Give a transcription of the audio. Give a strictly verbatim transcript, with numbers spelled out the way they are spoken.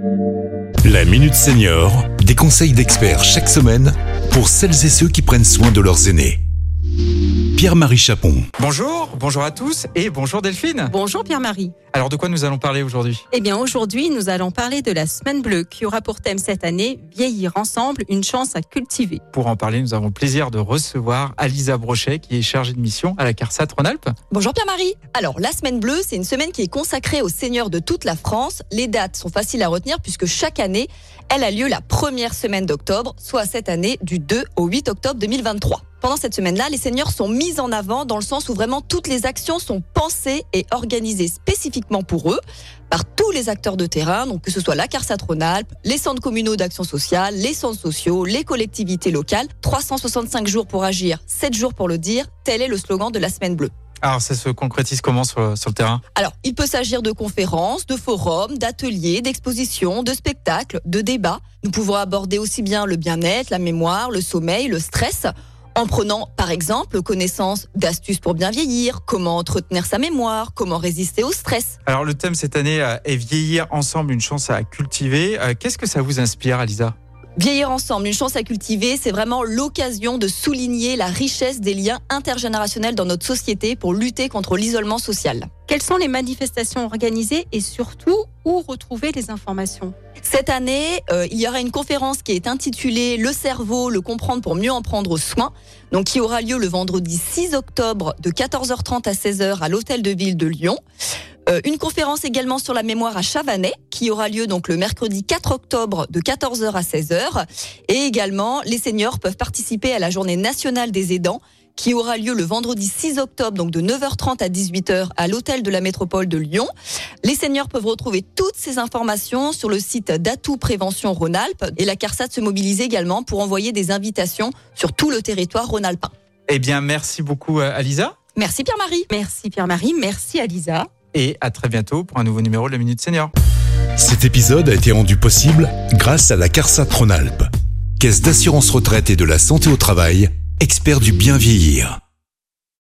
La Minute Senior, des conseils d'experts chaque semaine pour celles et ceux qui prennent soin de leurs aînés. Pierre-Marie Chapon. Bonjour, bonjour à tous et bonjour Delphine. Bonjour Pierre-Marie. Alors de quoi nous allons parler aujourd'hui ? Eh bien aujourd'hui, nous allons parler de la Semaine Bleue qui aura pour thème cette année « Vieillir ensemble, une chance à cultiver ». Pour en parler, nous avons le plaisir de recevoir Alisa Brochet qui est chargée de mission à la CARSAT Rhône-Alpes. Bonjour Pierre-Marie. Alors la Semaine Bleue, c'est une semaine qui est consacrée aux seniors de toute la France. Les dates sont faciles à retenir puisque chaque année, elle a lieu la première semaine d'octobre, soit cette année du deux au huit octobre deux mille vingt-trois. Pendant cette semaine-là, les seniors sont mis en avant dans le sens où vraiment toutes les actions sont pensées et organisées spécifiquement pour eux par tous les acteurs de terrain, donc que ce soit la CARSAT Rhône-Alpes, les centres communaux d'action sociale, les centres sociaux, les collectivités locales. trois cent soixante-cinq jours pour agir, sept jours pour le dire, tel est le slogan de la Semaine Bleue. Alors ça se concrétise comment sur, sur le terrain ? Alors, il peut s'agir de conférences, de forums, d'ateliers, d'expositions, de spectacles, de débats. Nous pouvons aborder aussi bien le bien-être, la mémoire, le sommeil, le stress, en prenant, par exemple, connaissance d'astuces pour bien vieillir, comment entretenir sa mémoire, comment résister au stress. Alors le thème cette année est vieillir ensemble, une chance à cultiver. Qu'est-ce que ça vous inspire, Alisa ? Vieillir ensemble, une chance à cultiver, c'est vraiment l'occasion de souligner la richesse des liens intergénérationnels dans notre société pour lutter contre l'isolement social. Quelles sont les manifestations organisées et surtout, où retrouver les informations ? Cette année, euh, il y aura une conférence qui est intitulée « Le cerveau, le comprendre pour mieux en prendre soin », donc qui aura lieu le vendredi six octobre de quatorze heures trente à seize heures à l'Hôtel de Ville de Lyon. Euh, une conférence également sur la mémoire à Chavanais qui aura lieu donc le mercredi quatre octobre de quatorze heures à seize heures. Et également, les seniors peuvent participer à la journée nationale des aidants qui aura lieu le vendredi six octobre, donc de neuf heures trente à dix-huit heures à l'hôtel de la métropole de Lyon. Les seniors peuvent retrouver toutes ces informations sur le site d'Atout Prévention Rhône-Alpes et la CARSAT se mobilise également pour envoyer des invitations sur tout le territoire rhône-alpin. Eh bien, merci beaucoup Alisa. Merci Pierre-Marie. Merci Pierre-Marie, merci Alisa. Et à très bientôt pour un nouveau numéro de la Minute Senior. Cet épisode a été rendu possible grâce à la CARSAT Rhône-Alpes, Caisse d'assurance retraite et de la santé au travail, expert du bien vieillir.